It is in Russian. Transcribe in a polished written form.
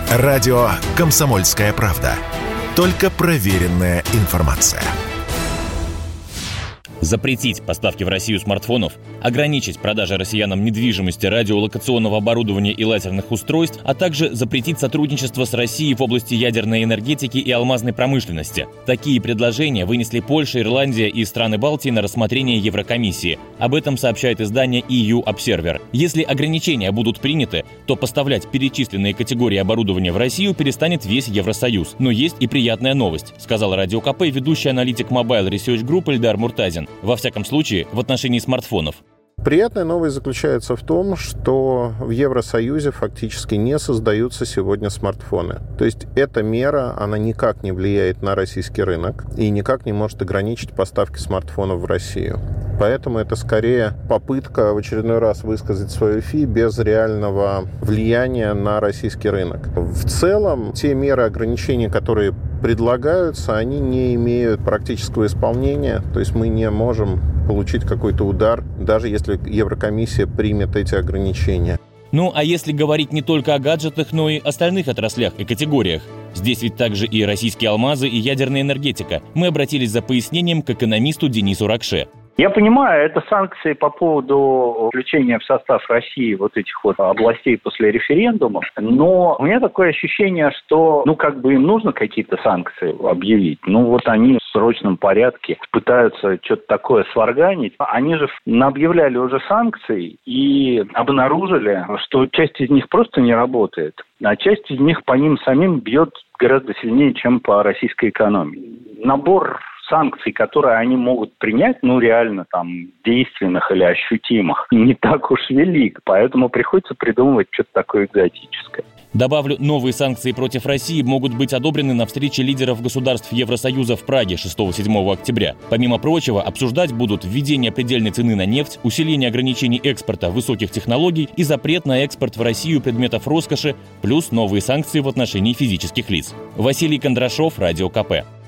Радио «Комсомольская правда». Только проверенная информация. Запретить поставки в Россию смартфонов, ограничить продажи россиянам недвижимости, радиолокационного оборудования и лазерных устройств, а также запретить сотрудничество с Россией в области ядерной энергетики и алмазной промышленности. Такие предложения вынесли Польша, Ирландия и страны Балтии на рассмотрение Еврокомиссии. Об этом сообщает издание EU Observer. Если ограничения будут приняты, то поставлять перечисленные категории оборудования в Россию перестанет весь Евросоюз. Но есть и приятная новость, сказал Радио КП ведущий аналитик Mobile Research Group Эльдар Муртазин. Во всяком случае, в отношении смартфонов. Приятная новость заключается в том, что в Евросоюзе фактически не создаются сегодня смартфоны. То есть эта мера, она никак не влияет на российский рынок и никак не может ограничить поставки смартфонов в Россию. Поэтому это скорее попытка в очередной раз высказать свое фи без реального влияния на российский рынок. В целом, те меры ограничений, которые предлагаются, они не имеют практического исполнения. То есть мы не можем получить какой-то удар, даже если Еврокомиссия примет эти ограничения. Ну, а если говорить не только о гаджетах, но и остальных отраслях и категориях? Здесь ведь также и российские алмазы, и ядерная энергетика. Мы обратились за пояснением к экономисту Денису Ракше. Я понимаю, это санкции по поводу включения в состав России вот этих вот областей после референдума, но у меня такое ощущение, что, им нужно какие-то санкции объявить. Они в срочном порядке пытаются что-то такое сварганить. Они же объявляли уже санкции и обнаружили, что часть из них просто не работает, а часть из них по ним самим бьет гораздо сильнее, чем по российской экономии. Набор санкций, которые они могут принять, реально действенных или ощутимых, не так уж велик. Поэтому приходится придумывать что-то такое экзотическое. Добавлю, новые санкции против России могут быть одобрены на встрече лидеров государств Евросоюза в Праге 6-7 октября. Помимо прочего, обсуждать будут введение предельной цены на нефть, усиление ограничений экспорта высоких технологий и запрет на экспорт в Россию предметов роскоши, плюс новые санкции в отношении физических лиц. Василий Кондрашов, Радио КП.